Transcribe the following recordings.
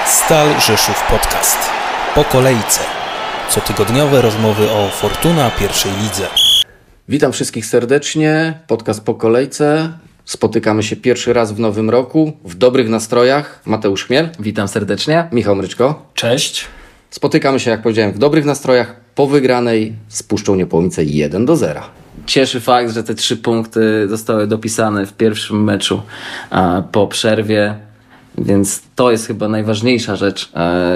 Stal Rzeszów Podcast. Po kolejce. Cotygodniowe rozmowy o Fortuna pierwszej lidze. Witam wszystkich serdecznie. Podcast Po kolejce. Spotykamy się pierwszy raz w nowym roku. W dobrych nastrojach. Mateusz Chmiel. Witam serdecznie. Michał Mryczko. Cześć. Spotykamy się, jak powiedziałem, w dobrych nastrojach po wygranej z Puszczą Niepołomice 1-0. Cieszy fakt, że te 3 punkty zostały dopisane w pierwszym meczu po przerwie. Więc to jest chyba najważniejsza rzecz,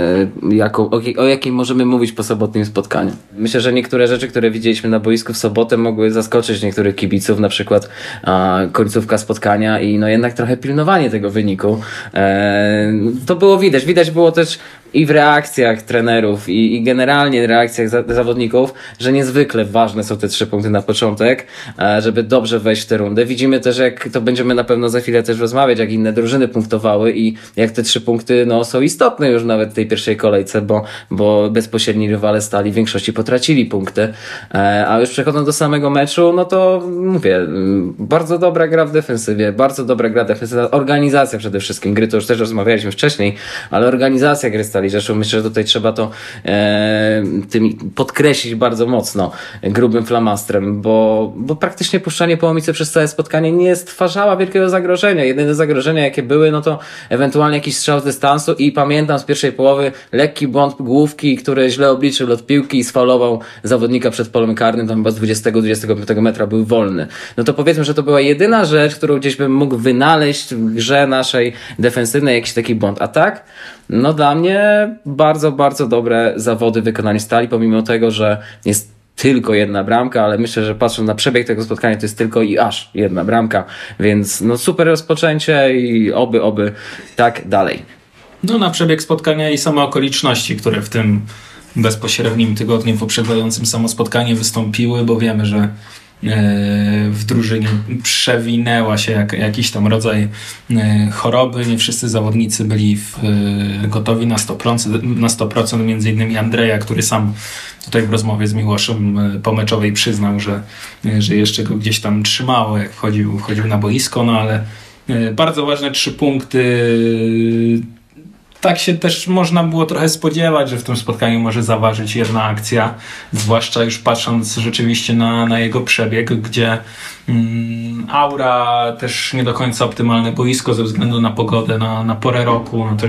o jakiej możemy mówić po sobotnim spotkaniu. Myślę, że niektóre rzeczy, które widzieliśmy na boisku w sobotę, mogły zaskoczyć niektórych kibiców, na przykład końcówka spotkania i jednak trochę pilnowanie tego wyniku. To było widać. Widać było też i w reakcjach trenerów i generalnie reakcjach zawodników, że niezwykle ważne są te 3 punkty na początek, żeby dobrze wejść w tę rundę. Widzimy też, jak to będziemy na pewno za chwilę też rozmawiać, jak inne drużyny punktowały i jak te 3 punkty są istotne już nawet w tej pierwszej kolejce, bo bezpośredni rywale Stali w większości potracili punkty. A już przechodząc do samego meczu, to mówię, bardzo dobra gra w defensywie, bardzo dobra gra defensywa, organizacja przede wszystkim gry, to już też rozmawialiśmy wcześniej, ale organizacja gry Stali Rzeszów, myślę, że tutaj trzeba to podkreślić bardzo mocno grubym flamastrem, bo praktycznie Puszcza Niepołomice przez całe spotkanie nie stwarzała wielkiego zagrożenia. Jedyne zagrożenia, jakie były, to ewentualnie jakiś strzał z dystansu i pamiętam z pierwszej połowy lekki błąd główki, który źle obliczył lot piłki i sfaulował zawodnika przed polem karnym, tam chyba z 20-25 metra był wolny. To powiedzmy, że to była jedyna rzecz, którą gdzieś bym mógł wynaleźć w grze naszej defensywnej, jakiś taki błąd. A tak? Dla mnie bardzo, bardzo dobre zawody wykonania Stali, pomimo tego, że jest tylko 1 bramka, ale myślę, że patrząc na przebieg tego spotkania, to jest tylko i aż 1 bramka, więc super rozpoczęcie i oby tak dalej. Na przebieg spotkania i same okoliczności, które w tym bezpośrednim tygodniu poprzedzającym samo spotkanie wystąpiły, bo wiemy, że w drużynie przewinęła się jakiś tam rodzaj choroby. Nie wszyscy zawodnicy byli gotowi na 100%, między innymi Andrzeja, który sam tutaj w rozmowie z Miłoszem pomeczowej przyznał, że jeszcze go gdzieś tam trzymało, jak wchodził na boisko, ale bardzo ważne 3 punkty. Tak się też można było trochę spodziewać, że w tym spotkaniu może zaważyć jedna akcja, zwłaszcza już patrząc rzeczywiście na jego przebieg, gdzie aura, też nie do końca optymalne boisko ze względu na pogodę, na porę roku. Też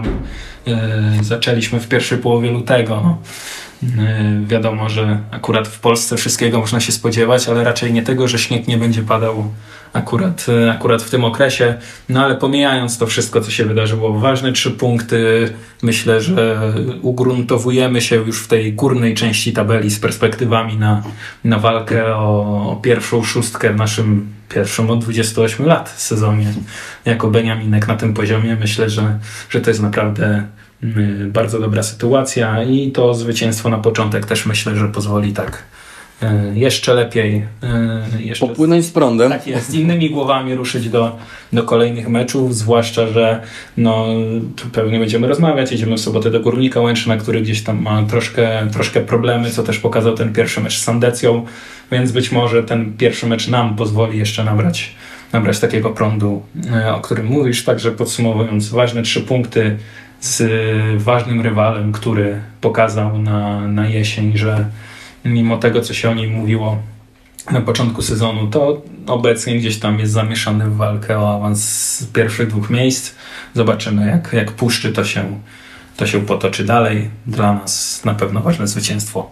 zaczęliśmy w pierwszej połowie lutego. Wiadomo, że akurat w Polsce wszystkiego można się spodziewać, ale raczej nie tego, że śnieg nie będzie padał akurat w tym okresie. Ale pomijając to wszystko, co się wydarzyło, ważne 3 punkty. Myślę, że ugruntowujemy się już w tej górnej części tabeli z perspektywami na walkę o pierwszą 6 w naszym pierwszym od 28 lat sezonie jako Beniaminek na tym poziomie. Myślę, że to jest naprawdę bardzo dobra sytuacja i to zwycięstwo na początek też myślę, że pozwoli tak jeszcze lepiej popłynąć z prądem. Tak jest, z innymi głowami ruszyć do kolejnych meczów, zwłaszcza, że tu pewnie będziemy rozmawiać, jedziemy w sobotę do Górnika Łęczna, który gdzieś tam ma troszkę problemy, co też pokazał ten pierwszy mecz z Sandecją, więc być może ten pierwszy mecz nam pozwoli jeszcze nabrać takiego prądu, o którym mówisz. Także podsumowując, ważne 3 punkty z ważnym rywalem, który pokazał na jesień, że mimo tego, co się o nim mówiło na początku sezonu, to obecnie gdzieś tam jest zamieszany w walkę o awans z pierwszych 2 miejsc. Zobaczymy, jak Puszczy to się potoczy dalej. Dla nas na pewno ważne zwycięstwo.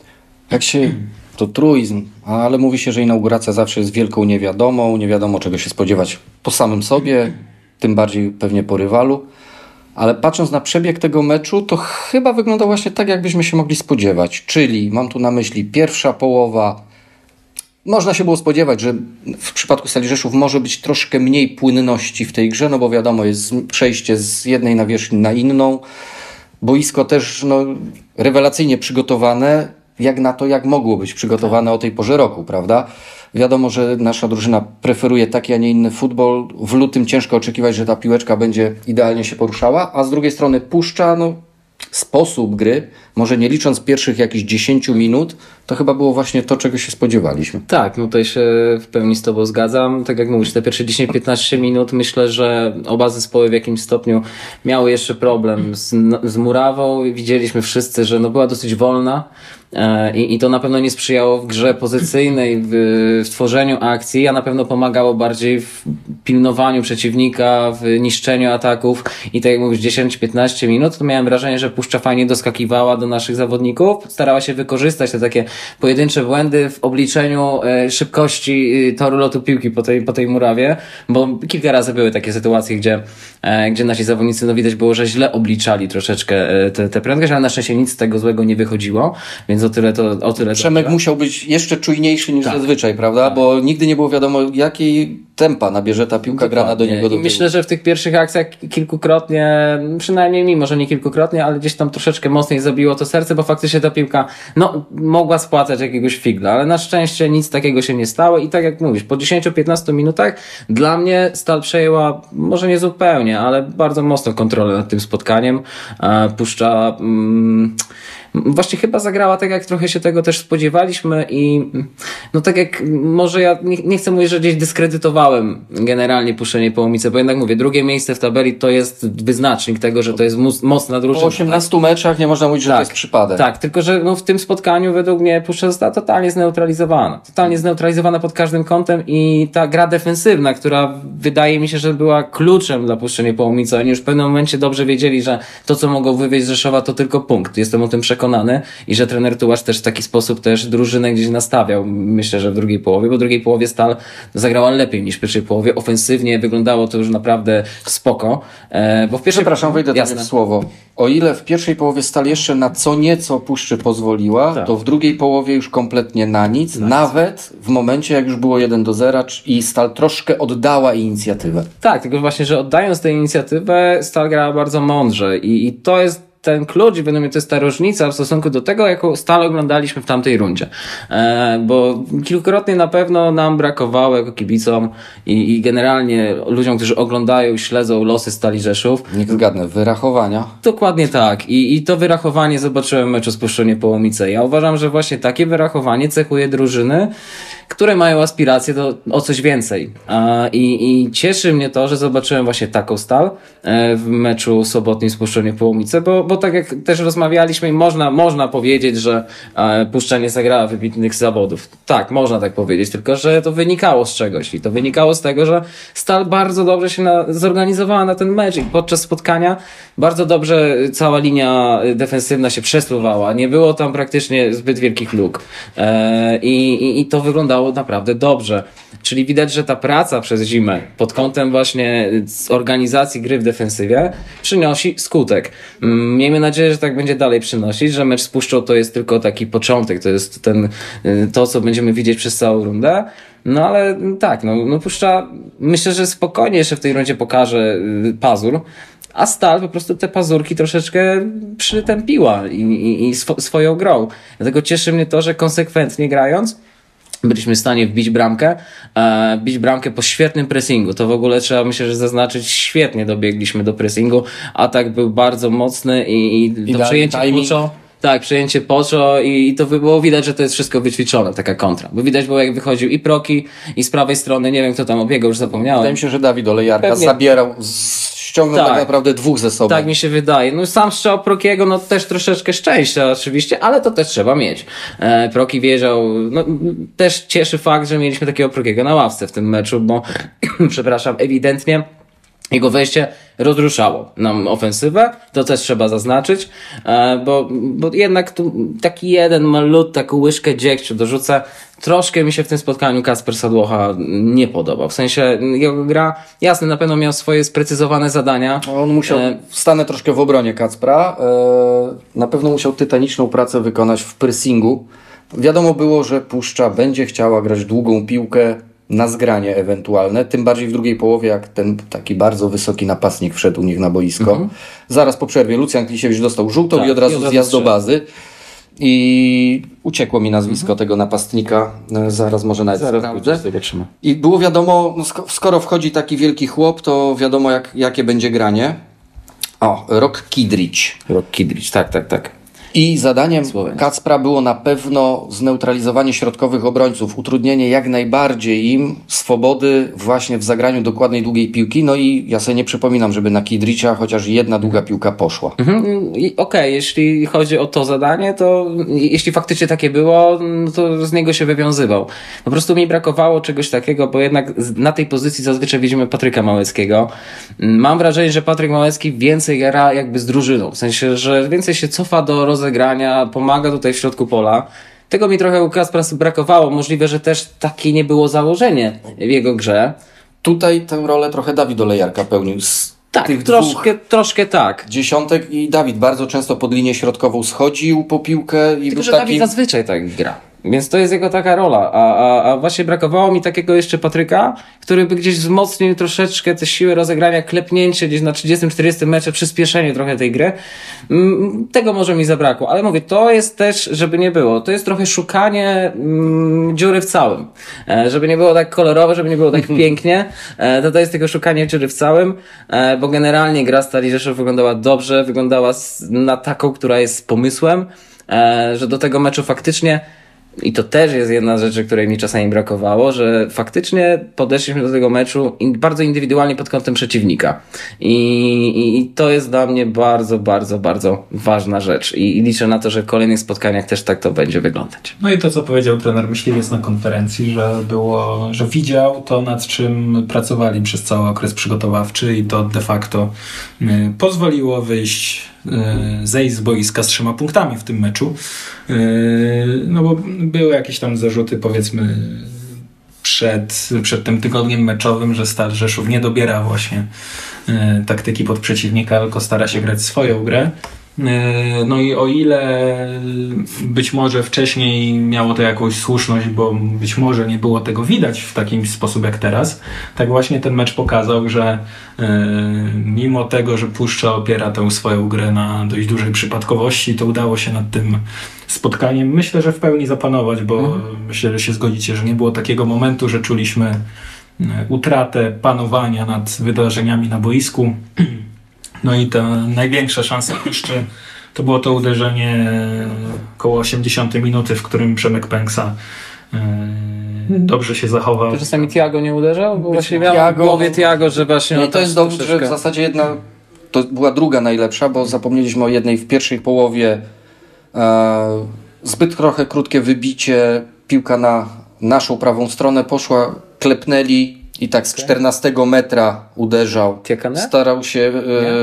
To truizm, ale mówi się, że inauguracja zawsze jest wielką niewiadomą. Nie wiadomo, czego się spodziewać po samym sobie, tym bardziej pewnie po rywalu. Ale patrząc na przebieg tego meczu, to chyba wygląda właśnie tak, jakbyśmy się mogli spodziewać. Czyli mam tu na myśli pierwsza połowa. Można się było spodziewać, że w przypadku Stali Rzeszów może być troszkę mniej płynności w tej grze, bo wiadomo, jest przejście z jednej nawierzchni na inną. Boisko też rewelacyjnie przygotowane, jak mogło być przygotowane o tej porze roku, prawda? Wiadomo, że nasza drużyna preferuje taki, a nie inny futbol. W lutym ciężko oczekiwać, że ta piłeczka będzie idealnie się poruszała, a z drugiej strony Puszcza, sposób gry może nie licząc pierwszych jakichś 10 minut, to chyba było właśnie to, czego się spodziewaliśmy. Tak, no tutaj się w pełni z Tobą zgadzam. Tak jak mówisz, te pierwsze 10-15 minut myślę, że oba zespoły w jakimś stopniu miały jeszcze problem z murawą. Widzieliśmy wszyscy, że no była dosyć wolna. I to na pewno nie sprzyjało w grze pozycyjnej, w tworzeniu akcji, a na pewno pomagało bardziej w pilnowaniu przeciwnika, w niszczeniu ataków. I tak jak mówisz, 10-15 minut, to miałem wrażenie, że Puszcza fajnie doskakiwała do naszych zawodników, starała się wykorzystać te takie pojedyncze błędy w obliczeniu szybkości toru lotu piłki po tej murawie, bo kilka razy były takie sytuacje, gdzie nasi zawodnicy, no widać było, że źle obliczali troszeczkę tę prędkość, ale na szczęście nic z tego złego nie wychodziło, więc o tyle Przemek musiał być jeszcze czujniejszy niż zazwyczaj, prawda? Tak. Bo nigdy nie było wiadomo, jakiej tempa nabierze ta piłka grana do niego do tyłu. Myślę, że w tych pierwszych akcjach kilkukrotnie, przynajmniej mi, może nie kilkukrotnie, ale gdzieś tam troszeczkę mocniej zabiło to serce, bo faktycznie ta piłka mogła spłacać jakiegoś figla, ale na szczęście nic takiego się nie stało i tak jak mówisz, po 10-15 minutach dla mnie Stal przejęła, może nie zupełnie, ale bardzo mocno kontrolę nad tym spotkaniem. Puszcza właśnie chyba zagrała tak, jak trochę się tego też spodziewaliśmy i no tak jak może ja nie chcę mówić, że gdzieś dyskredytowałem generalnie Puszczę Niepołomice, bo jednak mówię, drugie miejsce w tabeli to jest wyznacznik tego, że to jest mocna drużyna. Po 18 meczach nie można mówić, że to jest przypadek. Tak, tylko że w tym spotkaniu według mnie Puszcza została totalnie zneutralizowana pod każdym kątem i ta gra defensywna, która wydaje mi się, że była kluczem dla Puszczy Niepołomice. Oni już w pewnym momencie dobrze wiedzieli, że to, co mogą wywieźć z Rzeszowa, to tylko punkt. Jestem o tym przekonany i że trener Tułacz też w taki sposób też drużynę gdzieś nastawiał. Myślę, że w drugiej połowie, bo w drugiej połowie Stal zagrała lepiej niż w pierwszej połowie. Ofensywnie wyglądało to już naprawdę spoko. Bo w pierwszej... Przepraszam, wejdę w słowo. O ile w pierwszej połowie Stal jeszcze na co nieco Puszczy pozwoliła, to w drugiej połowie już kompletnie na nic. Nawet w momencie, jak już było 1-0 i Stal troszkę oddała inicjatywę. Tak, tylko właśnie, że oddając tę inicjatywę, Stal grała bardzo mądrze i to jest ten klucz, według mnie to jest ta różnica w stosunku do tego, jaką Stal oglądaliśmy w tamtej rundzie. Bo kilkukrotnie na pewno nam brakowało jako kibicom i generalnie ludziom, którzy oglądają i śledzą losy Stali Rzeszów. Niech zgadnę, wyrachowania. Dokładnie tak. I to wyrachowanie zobaczyłem w meczu z Puszczą Niepołomice. Ja uważam, że właśnie takie wyrachowanie cechuje drużyny, które mają aspiracje o coś więcej. I cieszy mnie to, że zobaczyłem właśnie taką Stal w meczu sobotnim z Puszczą Niepołomice, bo tak jak też rozmawialiśmy, można powiedzieć, że Puszcza nie zagrała wybitnych zawodów. Tak, można tak powiedzieć, tylko że to wynikało z czegoś i to wynikało z tego, że Stal bardzo dobrze się zorganizowała na ten mecz i podczas spotkania bardzo dobrze cała linia defensywna się przesuwała. Nie było tam praktycznie zbyt wielkich luk. I to wyglądało naprawdę dobrze. Czyli widać, że ta praca przez zimę pod kątem właśnie organizacji gry w defensywie przynosi skutek. Miejmy nadzieję, że tak będzie dalej przynosić, że mecz z Puszczą to jest tylko taki początek, to jest to, co będziemy widzieć przez całą rundę. No ale tak, Puszcza myślę, że spokojnie jeszcze w tej rundzie pokaże pazur, a Stal po prostu te pazurki troszeczkę przytępiła i swoją grą. Dlatego cieszy mnie to, że konsekwentnie grając byliśmy w stanie wbić bramkę po świetnym pressingu. To w ogóle trzeba, myślę, że zaznaczyć, świetnie dobiegliśmy do pressingu. Atak był bardzo mocny i to przejęcie Puczo. Tak, przejęcie Poczo i to było widać, że to jest wszystko wyćwiczone, taka kontra. Bo widać było, jak wychodził i Proki, i z prawej strony, nie wiem kto tam obiegał, już zapomniałem. Wydaje mi się, że Dawid Olejarka zabierał, ściągnął tak naprawdę dwóch ze sobą. Tak mi się wydaje. Sam strzał Prokiego, też troszeczkę szczęścia oczywiście, ale to też trzeba mieć. Proki wiedział, też cieszy fakt, że mieliśmy takiego Prokiego na ławce w tym meczu, bo przepraszam, ewidentnie jego wejście rozruszało nam ofensywę, to też trzeba zaznaczyć, bo jednak tu taki taką łyżkę dziegciu dorzucę. Troszkę mi się w tym spotkaniu Kacper Sadłocha nie podobał. W sensie jego gra, jasne, na pewno miał swoje sprecyzowane zadania. On musiał, stanę troszkę w obronie Kacpra, na pewno musiał tytaniczną pracę wykonać w pressingu. Wiadomo było, że Puszcza będzie chciała grać długą piłkę, na zgranie ewentualne, tym bardziej w drugiej połowie, jak ten taki bardzo wysoki napastnik wszedł u nich na boisko. Zaraz po przerwie Lucjan Klisiewicz dostał żółtą i od razu zjazd do bazy. I uciekło mi nazwisko tego napastnika, zaraz może nawet sprawdzę. I było wiadomo, skoro wchodzi taki wielki chłop, to wiadomo jakie będzie granie. Rok Kidrich, tak. I zadaniem Słoweński. Kacpra było na pewno zneutralizowanie środkowych obrońców, utrudnienie jak najbardziej im swobody właśnie w zagraniu dokładnej długiej piłki. No i ja sobie nie przypominam, żeby na Kidricza chociaż jedna długa piłka poszła. Okej, jeśli chodzi o to zadanie, to jeśli faktycznie takie było, no to z niego się wywiązywał. Po prostu mi brakowało czegoś takiego, bo jednak na tej pozycji zazwyczaj widzimy Patryka Małeckiego. Mam wrażenie, że Patryk Małecki więcej gra jakby z drużyną, w sensie, że więcej się cofa do rozegrania, pomaga tutaj w środku pola. Tego mi trochę u Kacpra brakowało. Możliwe, że też takie nie było założenie w jego grze. Tutaj tę rolę trochę Dawid Olejarka pełnił. Z Tak, tych troszkę tak. dziesiątek i Dawid bardzo często pod linię środkową schodził po piłkę i Tylko, był że taki... Dawid zazwyczaj tak gra. Więc to jest jego taka rola. A właśnie brakowało mi takiego jeszcze Patryka, który by gdzieś wzmocnił troszeczkę te siły rozegrania, klepnięcie gdzieś na 30-40 mecze, przyspieszenie trochę tej gry. Tego może mi zabrakło. Ale mówię, to jest też, żeby nie było, to jest trochę szukanie dziury w całym. Żeby nie było tak kolorowo, żeby nie było tak pięknie, to jest tylko szukanie dziury w całym, bo generalnie gra Stali Rzeszów wyglądała dobrze, wyglądała na taką, która jest z pomysłem, że do tego meczu faktycznie. I to też jest jedna z rzeczy, której mi czasami brakowało, że faktycznie podeszliśmy do tego meczu bardzo indywidualnie pod kątem przeciwnika. I to jest dla mnie bardzo, bardzo, bardzo ważna rzecz. I liczę na to, że w kolejnych spotkaniach też tak to będzie wyglądać. No i to, co powiedział trener Myśliwiec na konferencji, że widział to, nad czym pracowali przez cały okres przygotowawczy i to de facto pozwoliło zejść z boiska z 3 punktami w tym meczu. No bo były jakieś tam zarzuty, powiedzmy, przed tym tygodniem meczowym, że Stal Rzeszów nie dobiera właśnie taktyki pod przeciwnika, tylko stara się grać swoją grę. No i o ile być może wcześniej miało to jakąś słuszność, bo być może nie było tego widać w taki sposób jak teraz, tak właśnie ten mecz pokazał, że mimo tego, że Puszcza opiera tę swoją grę na dość dużej przypadkowości, to udało się nad tym spotkaniem, myślę, że w pełni zapanować, bo myślę, że się zgodzicie, że nie było takiego momentu, że czuliśmy utratę panowania nad wydarzeniami na boisku. No i ta największa szansa Puszczy to było to uderzenie koło 80 minuty, w którym Przemek Pęksa dobrze się zachował. To czasami Thiago nie uderzał? Bo właśnie miałem w głowie Thiago, że właśnie... No to jest dowód, że w zasadzie to była druga najlepsza, bo zapomnieliśmy o jednej w pierwszej połowie. Zbyt trochę krótkie wybicie, piłka na naszą prawą stronę poszła, klepnęli i tak z 14 metra uderzał. Tiakane? Starał się...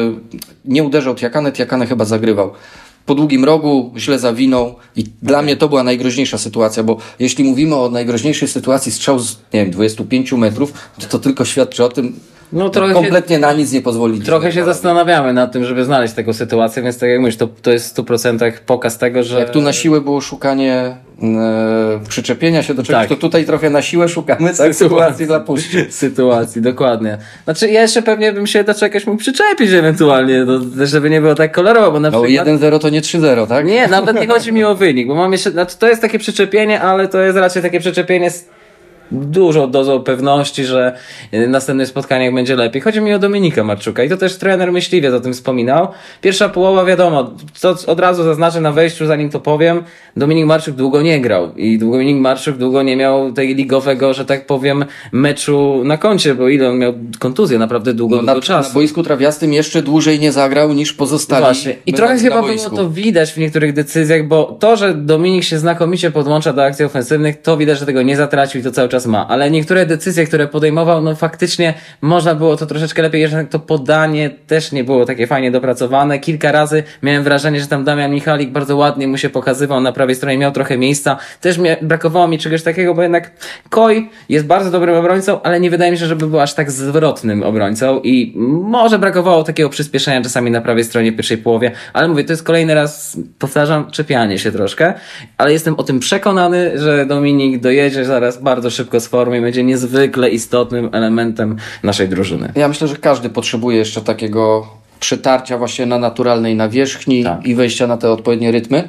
nie uderzał Tiakane chyba zagrywał. Po długim rogu źle zawinął i dla mnie to była najgroźniejsza sytuacja, bo jeśli mówimy o najgroźniejszej sytuacji strzał z, nie wiem, 25 metrów, to tylko świadczy o tym, no, kompletnie na nic nie pozwoli. Trochę się zastanawiamy nad tym, żeby znaleźć taką sytuację, więc tak jak mówisz, to jest w 100% pokaz tego, że... Jak tu na siłę było szukanie przyczepienia się do czegoś, Tak. to tutaj trochę na siłę szukamy sytuacji dla Puszczy. Sytuacji, dokładnie. Znaczy ja jeszcze pewnie bym się do czegoś mógł przyczepić ewentualnie, żeby nie było tak kolorowo, bo na No przykład... 1-0 to nie 3-0, tak? Nie, nawet nie chodzi mi o wynik, bo mam jeszcze... Znaczy, to jest takie przyczepienie, ale to jest raczej takie przyczepienie z dużą dozą pewności, że w następnych spotkaniach będzie lepiej. Chodzi mi o Dominika Marczuka i to też trener Myśliwiec o tym wspominał. Pierwsza połowa, wiadomo, to od razu zaznaczę na wejściu, zanim to powiem, Dominik Marczuk długo nie grał i Dominik Marczuk długo nie miał tej ligowego, że tak powiem, meczu na koncie, bo ile on miał kontuzję naprawdę długo czasu. Na boisku trawiastym jeszcze dłużej nie zagrał niż pozostali. Właśnie. I trochę chyba było to widać w niektórych decyzjach, bo to, że Dominik się znakomicie podłącza do akcji ofensywnych, to widać, że tego nie zatracił i to cały czas ma. Ale niektóre decyzje, które podejmował, no faktycznie można było to troszeczkę lepiej, jeszcze to podanie też nie było takie fajnie dopracowane. Kilka razy miałem wrażenie, że tam Damian Michalik bardzo ładnie mu się pokazywał na prawej stronie, miał trochę miejsca. Też brakowało mi czegoś takiego, bo jednak Koi jest bardzo dobrym obrońcą, ale nie wydaje mi się, żeby był aż tak zwrotnym obrońcą i może brakowało takiego przyspieszenia czasami na prawej stronie w pierwszej połowie, ale mówię, to jest kolejny raz, powtarzam, czepianie się troszkę, ale jestem o tym przekonany, że Dominik dojedzie zaraz bardzo szybko z formy i będzie niezwykle istotnym elementem naszej drużyny. Ja myślę, że każdy potrzebuje jeszcze takiego przetarcia właśnie na naturalnej nawierzchni i wejścia na te odpowiednie rytmy.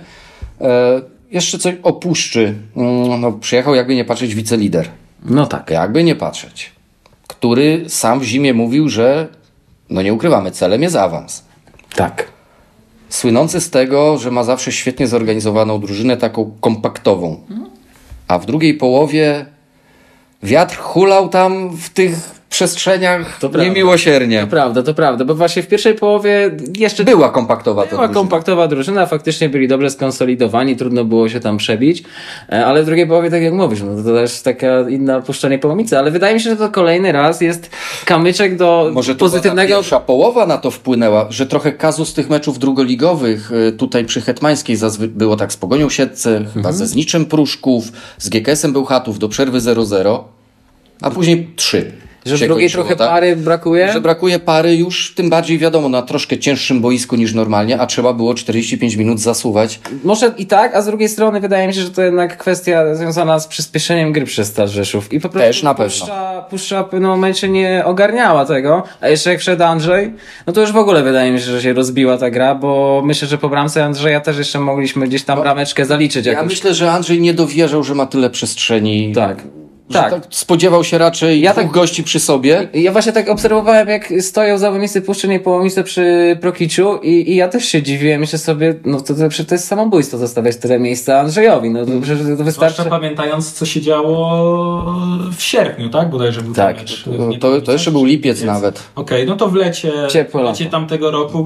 Jeszcze coś o Puszczy. No, przyjechał, jakby nie patrzeć, wicelider. No tak. Jakby nie patrzeć. Który sam w zimie mówił, że no nie ukrywamy, celem jest awans. Tak. słynący z tego, że ma zawsze świetnie zorganizowaną drużynę, taką kompaktową. A w drugiej połowie wiatr hulał tam w tych przestrzeniach niemiłosiernie. To prawda, bo właśnie w pierwszej połowie jeszcze Była kompaktowa ta była drużyna. kompaktowa drużyna, faktycznie byli dobrze skonsolidowani, trudno było się tam przebić, ale w drugiej połowie, tak jak mówisz, no to też taka inna puszczanie połomicy, ale wydaje mi się, że to kolejny raz jest kamyczek do Może to pozytywnego... pierwsza połowa na to wpłynęła, że trochę kazus tych meczów drugoligowych tutaj przy Hetmańskiej było tak z Pogonią Siedlce, chyba ze Zniczem Pruszków, z GKS-em Bełchatów do przerwy 0-0, a później 3. Że w się drugiej kończyło, trochę tak? pary brakuje? Że brakuje pary już, tym bardziej wiadomo, na troszkę cięższym boisku niż normalnie, a trzeba było 45 minut zasuwać. Może i tak, a z drugiej strony wydaje mi się, że to jednak kwestia związana z przyspieszeniem gry przez Stal Rzeszów. I po prostu Też na pewno. Puszcza w pewnym momencie nie ogarniała tego, a jeszcze jak wszedł Andrzej, no to już w ogóle wydaje mi się, że się rozbiła ta gra, bo myślę, że po bramce Andrzeja też jeszcze mogliśmy gdzieś tam brameczkę zaliczyć. Ja jakąś. myślę, że Andrzej nie dowierzał, że ma tyle przestrzeni. Tak. Że tak. Spodziewał się raczej dwóch gości przy sobie. Ja właśnie tak obserwowałem, jak stoją zawodnicy Puszczy Niepołomice przy Prokiciu i ja też się dziwiłem, myślę sobie, no to jest samobójstwo zostawiać tyle miejsca Andrzejowi, no to przecież to wystarczy. Zwłaszcza pamiętając, co się działo w sierpniu, tak? Bodajże był Tak. ten mecz. To jeszcze był lipiec nawet. Okej, no to w lecie tamtego roku,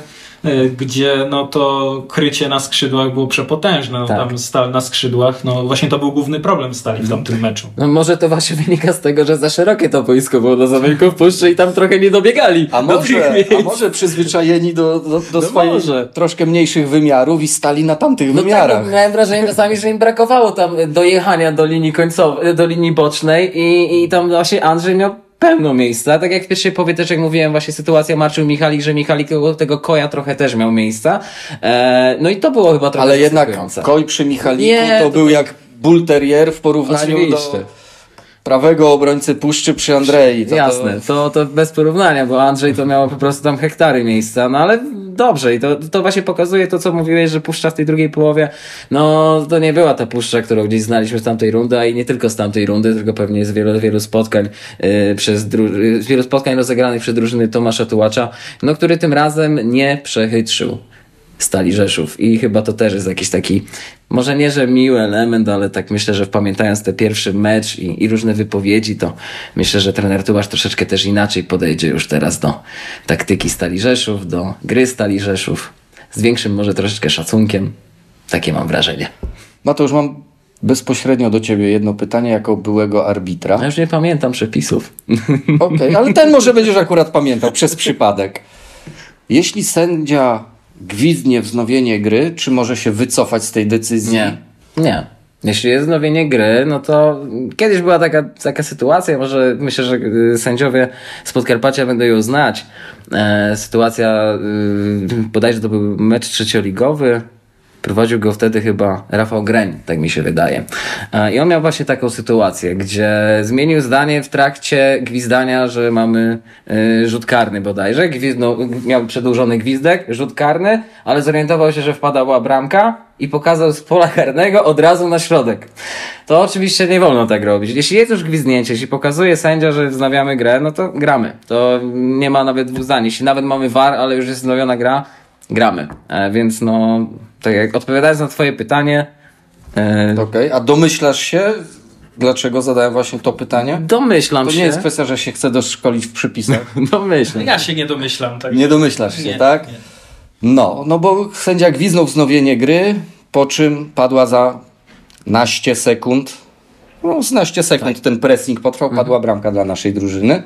gdzie no to krycie na skrzydłach było przepotężne. No, Tak. tam Stal na skrzydłach, no właśnie to był główny problem Stali w tamtym meczu. No może to właśnie wynika z tego, że za szerokie to boisko było dla zawodników Puszczy i tam trochę nie dobiegali. A może przyzwyczajeni do swoich może. troszkę mniejszych wymiarów i stali na tamtych wymiarach. Tak, miałem wrażenie czasami, że im brakowało tam dojechania do linii końcowej, do linii bocznej i tam właśnie Andrzej miał pełno miejsca. Tak jak w pierwszej połowie też, jak mówiłem, właśnie sytuacja marczył Michalik, że Michalik tego koja trochę też miał miejsca. No i to było chyba trochę Ale jednak zaskakujące. Koj przy Michaliku Nie, to to był jak bull terrier w porównaniu Oczywiście. do prawego obrońcy Puszczy przy Andrei. Jasne, to bez porównania, bo Andrzej to miał po prostu tam hektary miejsca, no ale dobrze i to właśnie pokazuje to, co mówiłeś, że Puszcza w tej drugiej połowie, no to nie była ta Puszcza, którą gdzieś znaliśmy z tamtej rundy, a i nie tylko z tamtej rundy, tylko pewnie z wielu spotkań z wielu spotkań rozegranych przez drużyny Tomasza Tułacza, no który tym razem nie przechytrzył Stali Rzeszów i chyba to też jest jakiś taki, może nie, że miły element, ale tak myślę, że pamiętając ten pierwszy mecz i różne wypowiedzi, to myślę, że trener Tułacz troszeczkę też inaczej podejdzie już teraz do taktyki Stali Rzeszów, do gry Stali Rzeszów, z większym może troszeczkę szacunkiem. Takie mam wrażenie. Mateusz, mam bezpośrednio do ciebie jedno pytanie jako byłego arbitra. Ja już nie pamiętam przepisów. Okej, ale ten może będziesz akurat pamiętał przez przypadek. Jeśli sędzia gwizdnie wznowienie gry, czy może się wycofać z tej decyzji? Nie. Jeśli jest wznowienie gry, no to kiedyś była taka sytuacja, może myślę, że sędziowie z Podkarpacia będą ją znać. Sytuacja, bodajże to był mecz trzecioligowy, prowadził go wtedy chyba Rafał Greń, tak mi się wydaje. I on miał właśnie taką sytuację, gdzie zmienił zdanie w trakcie gwizdania, że mamy rzut karny bodajże. Miał przedłużony gwizdek, rzut karny, ale zorientował się, że wpadała bramka i pokazał z pola karnego od razu na środek. To oczywiście nie wolno tak robić. Jeśli jest już gwizdnięcie, jeśli pokazuje sędzia, że wznawiamy grę, no to gramy. To nie ma nawet dwóch zdań. Jeśli nawet mamy VAR, ale już jest wznowiona gra, gramy. Więc no, tak jak odpowiadając na twoje pytanie... Okej, a domyślasz się, dlaczego zadałem właśnie to pytanie? Domyślam się. To nie jest kwestia, że się chcę doszkolić w przepisach. Domyślam. Ja się nie domyślam. Tak. Nie domyślasz się, tak? Nie. No bo sędzia gwizdnął wznowienie gry, po czym padła za naście sekund. No, z naście sekund ten pressing potrwał, padła bramka dla naszej drużyny.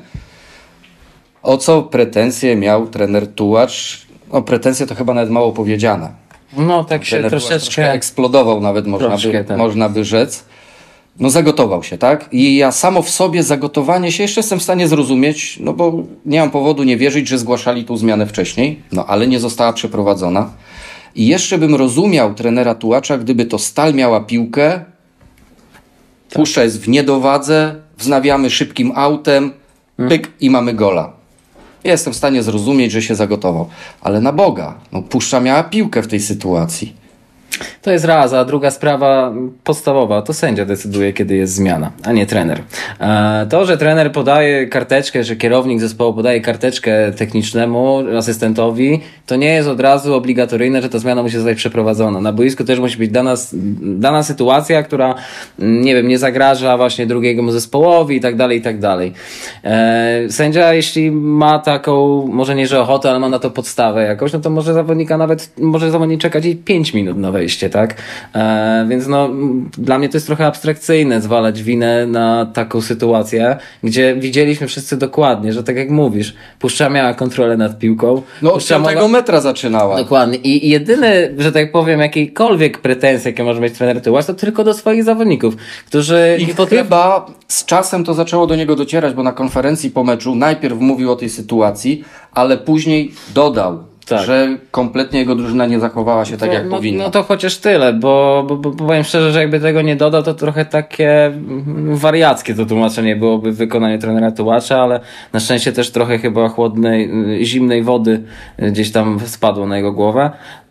O co pretensje miał trener Tułacz? No pretensje to chyba nawet mało powiedziane. No tak się Trener Tułacz troszeczkę... eksplodował nawet, można by rzec. No zagotował się, tak? I ja samo w sobie zagotowanie się jeszcze jestem w stanie zrozumieć, no bo nie mam powodu nie wierzyć, że zgłaszali tą zmianę wcześniej, no ale nie została przeprowadzona. I jeszcze bym rozumiał trenera Tułacza, gdyby to Stal miała piłkę, Puszcza jest w niedowadze, wznawiamy szybkim autem, pyk i mamy gola. Ja jestem w stanie zrozumieć, że się zagotował. Ale na Boga, no Puszcza miała piłkę w tej sytuacji. To jest raz, a druga sprawa podstawowa, to sędzia decyduje, kiedy jest zmiana, a nie trener. To, że trener podaje karteczkę, że kierownik zespołu podaje karteczkę technicznemu asystentowi, to nie jest od razu obligatoryjne, że ta zmiana musi zostać przeprowadzona. Na boisku też musi być dana sytuacja, która, nie wiem, nie zagraża właśnie drugiemu zespołowi i tak dalej, i tak dalej. Sędzia, jeśli ma taką, może nie, że ochotę, ale ma na to podstawę jakąś, no to może zawodnik czekać i 5 minut na wejście, tak? Więc no, dla mnie to jest trochę abstrakcyjne zwalać winę na taką sytuację, gdzie widzieliśmy wszyscy dokładnie, że tak jak mówisz, Puszcza miała kontrolę nad piłką. No od 5 metra zaczynała. Dokładnie. I jedyne, że tak powiem, jakiejkolwiek pretensje, jakie może mieć trener Tyłasz, to tylko do swoich zawodników, którzy... I chyba z czasem to zaczęło do niego docierać, bo na konferencji po meczu najpierw mówił o tej sytuacji, ale później dodał, że kompletnie jego drużyna nie zachowała się tak, jak powinna. No to chociaż tyle, bo powiem szczerze, że jakby tego nie dodał, to trochę takie wariackie to tłumaczenie byłoby w wykonaniu trenera Tyłacza, ale na szczęście też trochę chyba chłodnej, zimnej wody gdzieś tam spadło na jego głowę.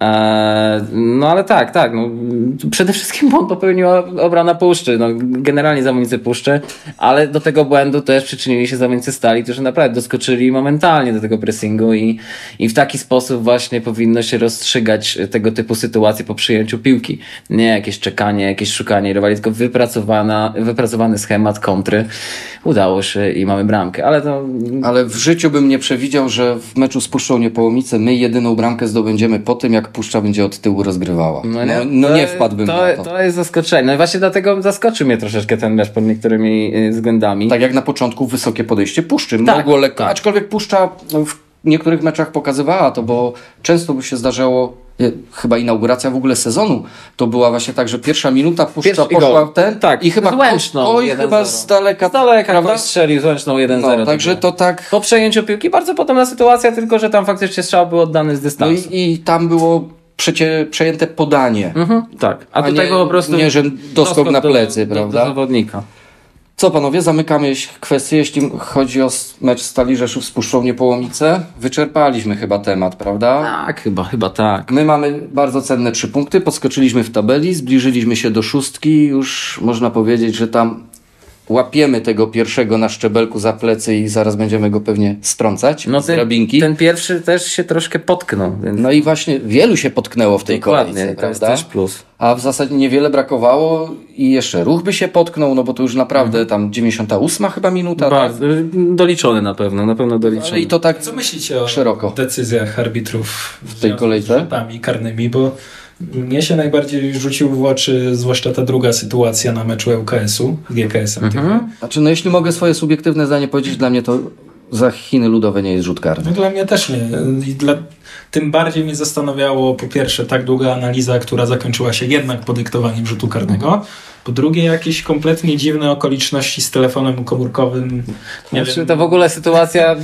No ale tak, no, przede wszystkim błąd popełniła obrona Puszczy, no, generalnie zawodnicy Puszczy, ale do tego błędu też przyczynili się zawodnicy Stali, którzy naprawdę doskoczyli momentalnie do tego pressingu i w taki sposób właśnie powinno się rozstrzygać tego typu sytuacje po przyjęciu piłki. Nie jakieś czekanie, jakieś szukanie rywali, tylko wypracowany schemat kontry. Udało się i mamy bramkę, Ale w życiu bym nie przewidział, że w meczu z Puszczą Niepołomice my jedyną bramkę zdobędziemy po tym, jak Puszcza będzie od tyłu rozgrywała. Nie wpadłbym na to. To jest zaskoczenie. No i właśnie dlatego zaskoczył mnie troszeczkę ten mecz pod niektórymi względami. Tak jak na początku wysokie podejście Puszczy. Mogło lekko. Aczkolwiek Puszcza w niektórych meczach pokazywała to, bo często by się zdarzało, chyba inauguracja w ogóle sezonu, to była właśnie tak, że pierwsza minuta Puszcza poszła i chyba chyba z daleka ktoś strzelił z Łęczną 1-0. Także to tak... Po przejęciu piłki bardzo podobna sytuacja, tylko że tam faktycznie strzał był oddany z dystansu. No i tam było przejęte podanie. Tak. A do tego po prostu... Nie, że doskok na plecy, prawda? Do zawodnika. Co panowie, zamykamy kwestię, jeśli chodzi o mecz Stali Rzeszów z Puszczą Niepołomice. Wyczerpaliśmy chyba temat, prawda? Tak, chyba tak. My mamy bardzo cenne 3 punkty, podskoczyliśmy w tabeli, zbliżyliśmy się do 6, już można powiedzieć, że tam łapiemy tego pierwszego na szczebelku za plecy i zaraz będziemy go pewnie strącać z drabinki. Ten pierwszy też się troszkę potknął. Więc... No i właśnie wielu się potknęło w tej kolejce, to jest też plus. A w zasadzie niewiele brakowało i jeszcze Ruch by się potknął, no bo to już naprawdę tam 98 chyba minuta. Bardzo, tak? Doliczony na pewno doliczony. Ale i to tak co myślicie o szeroko. Decyzjach arbitrów w tej kolejce? Z rzutami karnymi, bo mnie się najbardziej rzucił w oczy zwłaszcza ta druga sytuacja na meczu ŁKS-u z GKS-em. Znaczy, no jeśli mogę swoje subiektywne zdanie powiedzieć, dla mnie to za Chiny Ludowe nie jest rzut karny. No, dla mnie też nie. Tym bardziej mnie zastanawiało po pierwsze tak długa analiza, która zakończyła się jednak podyktowaniem rzutu karnego. Po drugie jakieś kompletnie dziwne okoliczności z telefonem komórkowym. To w ogóle sytuacja,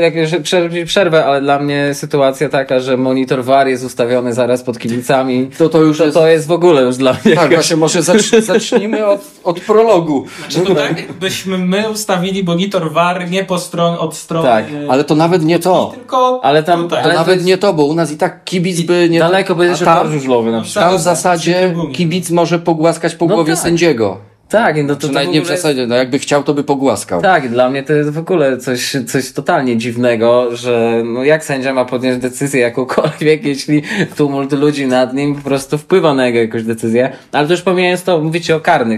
przerwę, ale dla mnie sytuacja taka, że monitor VAR jest ustawiony zaraz pod kibicami. To jest w ogóle już dla mnie. Tak, właśnie może zacznijmy od prologu. Znaczy to tak, byśmy my ustawili monitor VAR nie od strony... Tak, ale to nawet nie to. Tylko ale tam, tutaj. Ale nawet nie to, bo u nas i tak kibic by nie... Daleko by jeszcze tor żużlowy na przykład. Tam w zasadzie kibic może pogłaskać po głowie sędziego. Tak, no to nawet nie w zasadzie, no jakby chciał, to by pogłaskał. Tak, dla mnie to jest w ogóle coś totalnie dziwnego, że no jak sędzia ma podjąć decyzję jakąkolwiek, jeśli tumult ludzi nad nim po prostu wpływa na jego jakąś decyzję. Ale to już pomijając to, mówicie o karnych.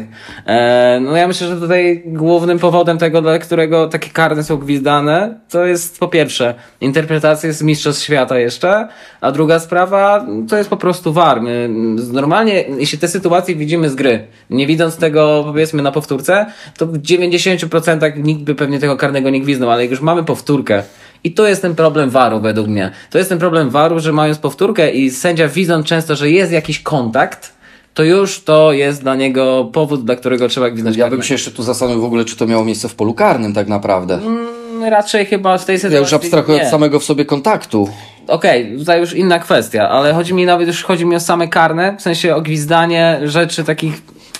No ja myślę, że tutaj głównym powodem tego, dla którego takie karne są gwizdane, to jest po pierwsze interpretacja z Mistrzostw Świata jeszcze, a druga sprawa to jest po prostu VAR. My normalnie, jeśli te sytuacje widzimy z gry, nie widząc tego powiedzmy na powtórce, to w 90% nikt by pewnie tego karnego nie gwizdnął, ale jak już mamy powtórkę i to jest ten problem VAR-u według mnie. To jest ten problem VAR-u, że mając powtórkę i sędzia widząc często, że jest jakiś kontakt, to już to jest dla niego powód, dla którego trzeba gwizdnąć karnego. Ja bym się jeszcze tu zastanowił w ogóle, czy to miało miejsce w polu karnym tak naprawdę. Raczej chyba w tej sytuacji ja już abstrahuję od samego w sobie kontaktu. Okej, tutaj już inna kwestia, ale chodzi mi o same karne, w sensie o gwizdanie rzeczy takich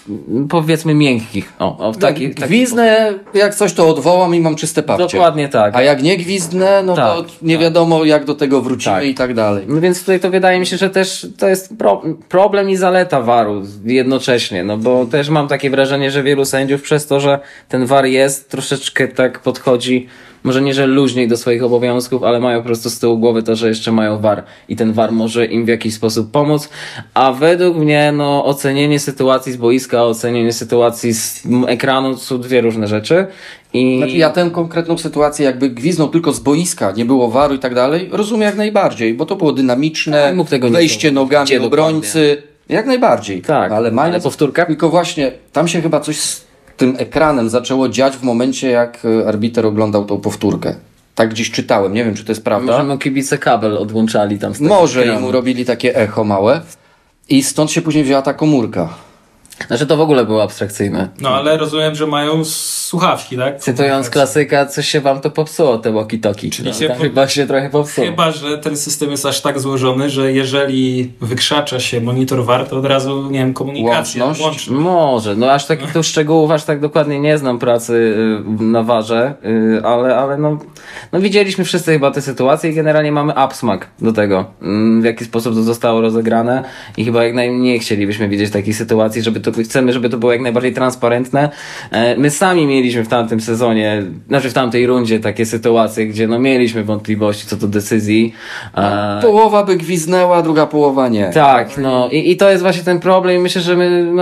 powiedzmy miękkich. Gwizdnę, jak coś to odwołam i mam czyste papcie. Dokładnie tak. A jak nie gwizdnę, no to nie wiadomo jak do tego wrócimy i tak dalej. No więc tutaj to wydaje mi się, że też to jest problem i zaleta VAR-u jednocześnie, no bo też mam takie wrażenie, że wielu sędziów przez to, że ten VAR jest, troszeczkę tak podchodzi, może nie, że luźniej do swoich obowiązków, ale mają po prostu z tyłu głowy to, że jeszcze mają VAR i ten VAR może im w jakiś sposób pomóc, a według mnie no ocenienie sytuacji z boiska, ocenienie sytuacji z ekranu są dwie różne rzeczy. Znaczy ja tę konkretną sytuację jakby gwiznął tylko z boiska, nie było VAR-u i tak dalej, rozumiem jak najbardziej, bo to było dynamiczne, wejście nogami obrońcy, jak najbardziej. Tak, ale powtórka? Tylko właśnie tam się chyba coś z tym ekranem zaczęło dziać w momencie, jak arbiter oglądał tą powtórkę. Tak gdzieś czytałem, nie wiem czy to jest prawda. Może mu kibice kabel odłączali tam z tego Może ekranu. i mu robili takie echo małe i stąd się później wzięła ta komórka. Znaczy to w ogóle było abstrakcyjne. No ale rozumiem, że mają słuchawki, tak? Cytując klasyka, coś się wam to popsuło, te walkie-talkie. Czyli Chyba się trochę popsuło. Chyba, że ten system jest aż tak złożony, że jeżeli wykrzacza się monitor VAR, to od razu, nie wiem, komunikacja, łączność. Może, no aż takich tu szczegółów, aż tak dokładnie nie znam pracy na VAR-ze, ale no widzieliśmy wszyscy chyba te sytuacje i generalnie mamy upsmak do tego, w jaki sposób to zostało rozegrane i chyba jak najmniej chcielibyśmy widzieć takich sytuacji, chcemy, żeby to było jak najbardziej transparentne. My sami mieliśmy w tamtym sezonie, znaczy w tamtej rundzie takie sytuacje, gdzie no mieliśmy wątpliwości co do decyzji. Połowa by gwiznęła, druga połowa nie. Tak, no i to jest właśnie ten problem. Myślę, że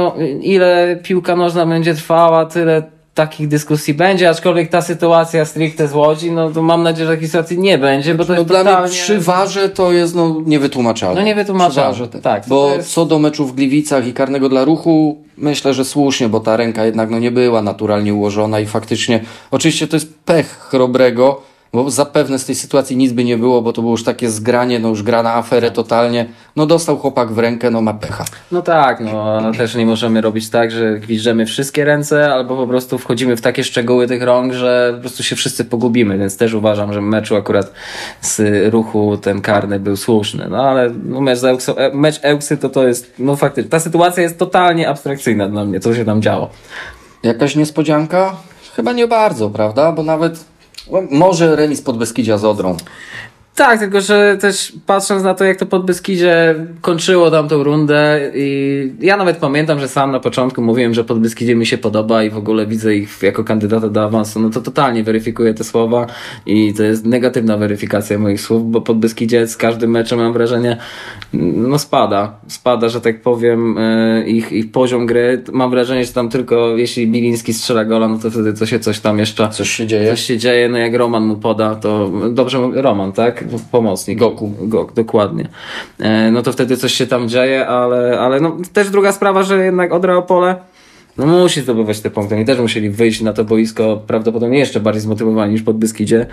ile piłka nożna będzie trwała, tyle takich dyskusji będzie, aczkolwiek ta sytuacja stricte z Łodzi, no to mam nadzieję, że takiej sytuacji nie będzie, bo to jest dla totalnie... mnie przy VAR-ze to jest niewytłumaczalne. No niewytłumaczalne, tak. Bo co do meczu w Gliwicach i karnego dla Ruchu, myślę, że słusznie, bo ta ręka jednak nie była naturalnie ułożona i faktycznie, oczywiście to jest pech Chrobrego, bo zapewne z tej sytuacji nic by nie było, bo to było już takie zgranie, już gra na aferę totalnie. Dostał chłopak w rękę, ma pecha. No tak, też nie możemy robić tak, że gwiżdżemy wszystkie ręce, albo po prostu wchodzimy w takie szczegóły tych rąk, że po prostu się wszyscy pogubimy, więc też uważam, że meczu akurat z Ruchu ten karny był słuszny. No ale mecz Ełksy to jest, faktycznie, ta sytuacja jest totalnie abstrakcyjna dla mnie, co się tam działo. Jakaś niespodzianka? Chyba nie bardzo, prawda? Bo nawet może remis Podbeskidzia z Odrą. Tak, tylko że też patrząc na to, jak to Podbeskidzie kończyło tamtą rundę i ja nawet pamiętam, że sam na początku mówiłem, że Podbeskidzie mi się podoba i w ogóle widzę ich jako kandydata do awansu, to totalnie weryfikuję te słowa i to jest negatywna weryfikacja moich słów, bo Podbeskidzie z każdym meczem mam wrażenie, spada, że tak powiem, ich poziom gry. Mam wrażenie, że tam tylko jeśli Biliński strzela gola, to wtedy to się coś tam jeszcze... Coś się dzieje. Coś się dzieje, jak Roman mu poda, to dobrze, Roman, tak? Pomocnik. Goku, dokładnie. To wtedy coś się tam dzieje, ale też druga sprawa, że jednak Odra Opole musi zdobywać te punkty. Oni też musieli wyjść na to boisko prawdopodobnie jeszcze bardziej zmotywowani niż Podbeskidzie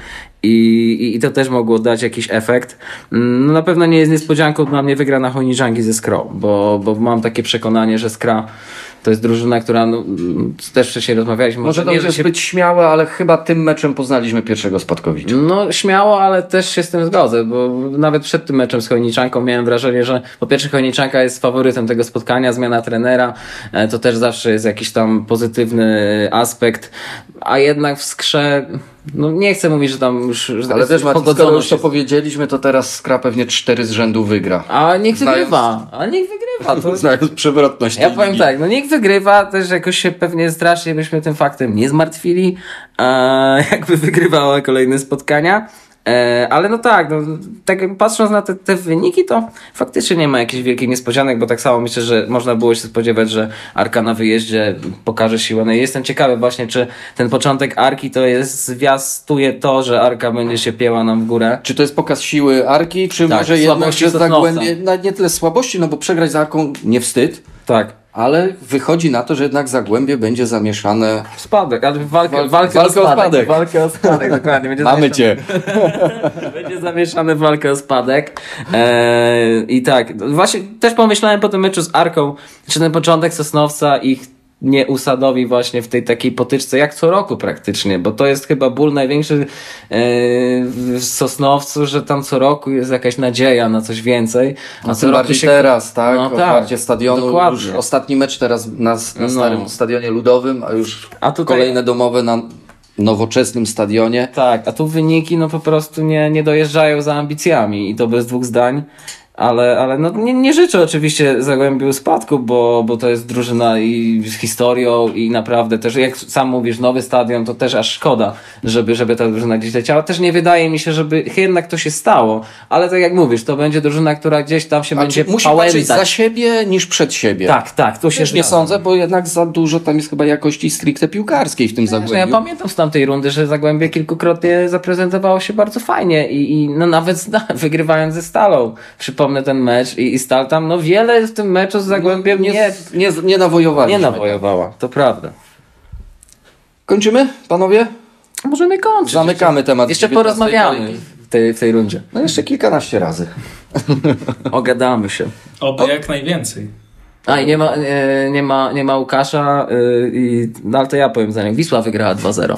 i to też mogło dać jakiś efekt. Na pewno nie jest niespodzianką dla mnie wygrana Chojniczanki ze Skrą, bo mam takie przekonanie, że Skra to jest drużyna, która też wcześniej rozmawialiśmy. Może to jest zbyt śmiałe, ale chyba tym meczem poznaliśmy pierwszego Spadkowicza. Śmiało, ale też się z tym zgodzę, bo nawet przed tym meczem z Chojniczanką miałem wrażenie, że po pierwsze Chojniczanka jest faworytem tego spotkania, zmiana trenera, to też zawsze jest jakiś tam pozytywny aspekt, a jednak w Skrze nie chcę mówić, że tam już... Ale też Marcin, skoro już to powiedzieliśmy, to teraz Skra pewnie 4 z rzędu wygra. A niech wygrywa. To... Znając przewrotność tej Ja powiem ligi. tak, niech wygrywa, też jakoś się pewnie strasznie byśmy tym faktem nie zmartwili, jakby wygrywała kolejne spotkania. Ale tak patrząc na te wyniki, to faktycznie nie ma jakichś wielkich niespodzianek, bo tak samo myślę, że można było się spodziewać, że Arka na wyjeździe pokaże siłę. Jestem ciekawy właśnie, czy ten początek Arki to zwiastuje to, że Arka będzie się pieła nam w górę. Czy to jest pokaz siły Arki, czy może jednak, że Zagłębie, nie tyle słabości, bo przegrać z Arką nie wstyd. Tak. Ale wychodzi na to, że jednak Zagłębie będzie zamieszane w spadek, ale walkę o spadek. Walkę o spadek, dokładnie. Mamy cię. Będzie zamieszany w walkę o spadek. I tak, właśnie też pomyślałem po tym meczu z Arką, czy ten początek Sosnowca ich nie usadowi właśnie w tej takiej potyczce, jak co roku praktycznie, bo to jest chyba ból największy w Sosnowcu, że tam co roku jest jakaś nadzieja na coś więcej. A co roku teraz, tak? No Otwarcie stadionu. dokładnie. Już ostatni mecz teraz na starym stadionie ludowym, a już kolejne domowe na nowoczesnym stadionie. Tak, a tu wyniki no po prostu nie dojeżdżają za ambicjami i to bez dwóch zdań. Ale no nie życzę oczywiście Zagłębiu spadku, bo to jest drużyna i z historią i naprawdę też, jak sam mówisz, nowy stadion, to też aż szkoda, żeby ta drużyna gdzieś leciała. Też nie wydaje mi się, żeby jednak to się stało, ale tak jak mówisz, to będzie drużyna, która gdzieś tam się będzie musi pałętać. patrzeć za siebie niż przed siebie. Tak, to się Też nie sądzę, bo jednak za dużo tam jest chyba jakości stricte piłkarskiej w tym Zagłębiu. Ja pamiętam z tamtej rundy, że Zagłębie kilkukrotnie zaprezentowało się bardzo fajnie i no nawet wygrywając ze Stalą. Przypomnę ten mecz i Stal tam, no wiele w tym meczu z Zagłębiem nie nawojowali. nie nawojowała, to prawda. Kończymy, panowie? Możemy kończyć. Zamykamy temat. Jeszcze 19 porozmawiamy kolejki. w tej rundzie. No jeszcze kilkanaście razy. Ogadamy się. Oby jak najwięcej. A i nie ma Łukasza, no ale to ja powiem za niego. Wisła wygrała 2-0.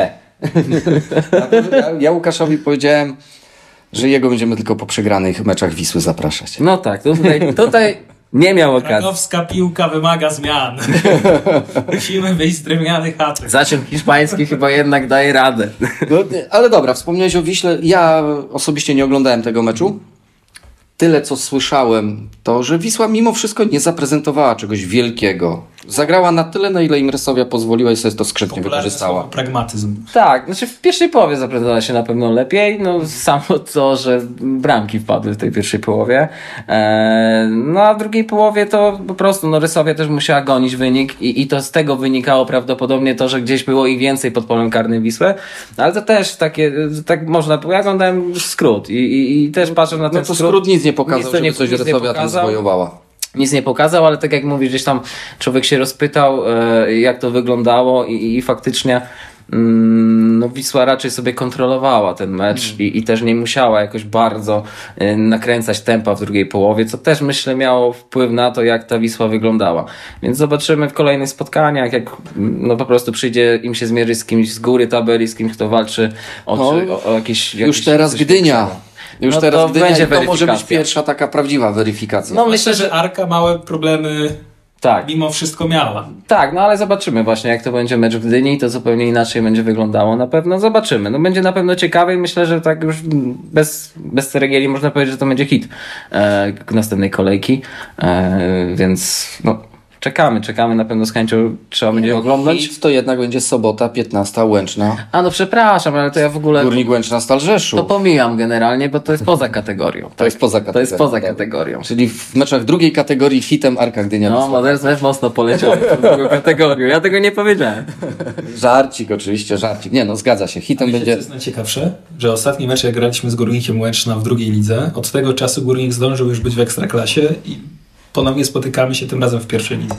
Ja Łukaszowi powiedziałem, że jego będziemy tylko po przegranych meczach Wisły zapraszać. No tak, tutaj nie miał okazji. Krakowska piłka wymaga zmian. Musimy wyjść z drewnianych chatek. Za czym hiszpański chyba jednak daje radę. No, ale dobra, wspomniałeś o Wiśle. Ja osobiście nie oglądałem tego meczu. Tyle, co słyszałem, to, że Wisła mimo wszystko nie zaprezentowała czegoś wielkiego. Zagrała na tyle, na ile im Resowia pozwoliła i sobie to skrzętnie Popularne wykorzystała. słowo pragmatyzm. Tak, znaczy w pierwszej połowie zaprezentowała się na pewno lepiej. No samo to, że bramki wpadły w tej pierwszej połowie. No a w drugiej połowie to po prostu no Resowia też musiała gonić wynik i to z tego wynikało prawdopodobnie to, że gdzieś było ich więcej pod polem karnym Wisły. Ale to też takie, tak można, ja oglądałem skrót i też patrzę na ten No to skrót nic nie pokazał, Nic to żeby coś nic nie Resowia tam pokazał. zwojowała. Nic nie pokazał, ale tak jak mówisz, gdzieś tam człowiek się rozpytał, jak to wyglądało i faktycznie no Wisła raczej sobie kontrolowała ten mecz i też nie musiała jakoś bardzo nakręcać tempa w drugiej połowie, co też myślę miało wpływ na to, jak ta Wisła wyglądała. Więc zobaczymy w kolejnych spotkaniach, jak no po prostu przyjdzie im się zmierzyć z kimś z góry tabeli, z kimś, kto walczy o jakiś... Już teraz Gdynia. Już No teraz to Gdynia będzie i to może być weryfikacja. pierwsza taka prawdziwa weryfikacja. No Myślę, że Arka małe problemy tak. mimo wszystko miała. Tak, no ale zobaczymy właśnie, jak to będzie mecz w Gdyni, to zupełnie inaczej będzie wyglądało na pewno. Zobaczymy. No będzie na pewno ciekawe i myślę, że tak już bez ceregieli można powiedzieć, że to będzie hit następnej kolejki. Więc no czekamy na pewno z chęcią, trzeba będzie oglądać. Hit to jednak będzie sobota, 15, Łęczna. A no przepraszam, ale to ja w ogóle Górnik Łęczna, Stal Rzeszów. to pomijam generalnie, bo to jest poza kategorią. To jest poza kategorią. To jest poza kategorią. Czyli w meczach drugiej kategorii hitem Arka Gdynia. No, Modern też mocno poleciał w drugą kategorię. Ja tego nie powiedziałem. Żarcik oczywiście, żarcik. Nie no, zgadza się. Hitem Wiecie, będzie... co jest najciekawsze? Że ostatni mecz, jak graliśmy z Górnikiem Łęczna w drugiej lidze, od tego czasu Górnik zdążył już być w Ekstraklasie i ponownie spotykamy się tym razem w pierwszej lidze.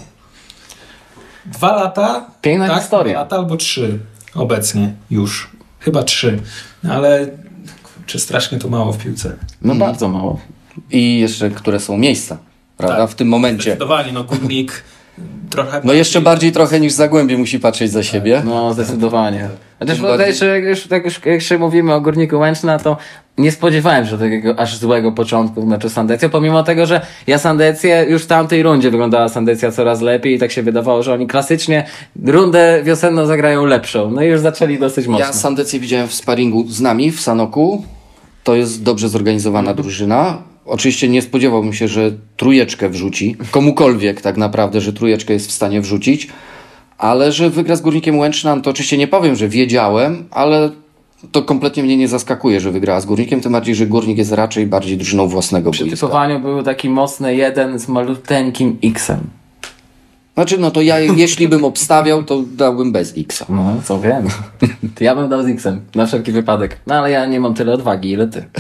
2 lata. Piękna tak, historia. 2 lata albo 3 obecnie już. Chyba 3. Ale czy strasznie to mało w piłce? No bardzo mało. I jeszcze, które są miejsca, prawda? Tak. W tym momencie. Zdecydowanie, no Górnik trochę... No jeszcze bardziej trochę niż Zagłębie musi patrzeć za siebie. No, zdecydowanie. Chociaż Tym bardziej- jak już mówimy o Górniku Łęczna, to nie spodziewałem się takiego aż złego początku w meczu z Sandecją, pomimo tego, że ja Sandecję, już w tamtej rundzie wyglądała Sandecja coraz lepiej i tak się wydawało, że oni klasycznie rundę wiosenną zagrają lepszą. No i już zaczęli dosyć mocno. Ja Sandecję widziałem w sparingu z nami w Sanoku. To jest dobrze zorganizowana drużyna. Oczywiście nie spodziewałbym się, że trójeczkę wrzuci. Komukolwiek tak naprawdę, że trójeczkę jest w stanie wrzucić. Ale że wygra z Górnikiem Łęczna, to oczywiście nie powiem, że wiedziałem, ale to kompletnie mnie nie zaskakuje, że wygrała z Górnikiem. Tym bardziej, że Górnik jest raczej bardziej drużyną własnego Przy boiska. typowaniu był taki mocny 1 z maluteńkim X-em. Znaczy, no to ja jeśli bym obstawiał, to dałbym bez X-a. No, co wiem. To ja bym dał z X-em, na wszelki wypadek. No ale ja nie mam tyle odwagi, ile ty.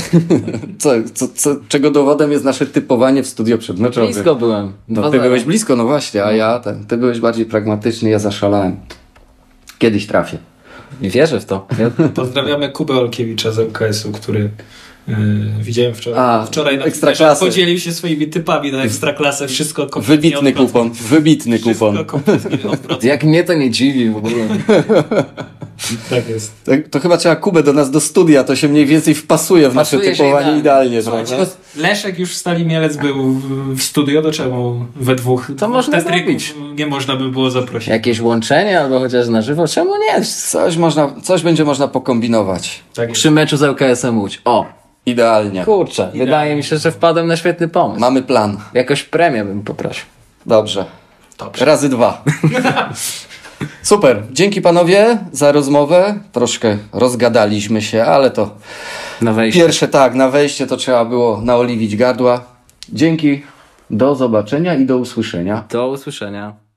Czego dowodem jest nasze typowanie w studio przedmeczowym. Blisko byłem. No, 2-0. ty byłeś blisko, no właśnie, a ja ty byłeś bardziej pragmatyczny, ja zaszalałem. Kiedyś trafię. Wierzę w to. Pozdrawiamy Kubę Olkiewicza z ŁKS-u, który Widziałem wczoraj na Ekstraklasy. podzielił się swoimi typami na Ekstraklasę, wszystko Wybitny kupon. Wybitny kupon. Wszystko kompletnie odwrotnie. Jak mnie to nie dziwi w ogóle. Tak jest. To chyba trzeba Kubę do nas do studia, to się mniej więcej wpasuje w nasze Pasuje się typowanie idealnie. Słuchajcie, prawda? Leszek już w Stali Mielec był w studio, do czemu we dwóch To można tetryków zrobić. nie można by było zaprosić. Jakieś łączenie albo chociaż na żywo, czemu nie? Coś będzie można pokombinować. Tak jest. Przy meczu z ŁKS-em Łódź. O, Idealnie. kurczę, wydaje mi się, że wpadłem na świetny pomysł. Mamy plan. Jakoś premię bym poprosił. Dobrze. Dobrze. Razy 2. Super. Dzięki panowie za rozmowę. Troszkę rozgadaliśmy się, ale to Na wejście. pierwsze na wejście to trzeba było naoliwić gardła. Dzięki. Do zobaczenia i do usłyszenia. Do usłyszenia.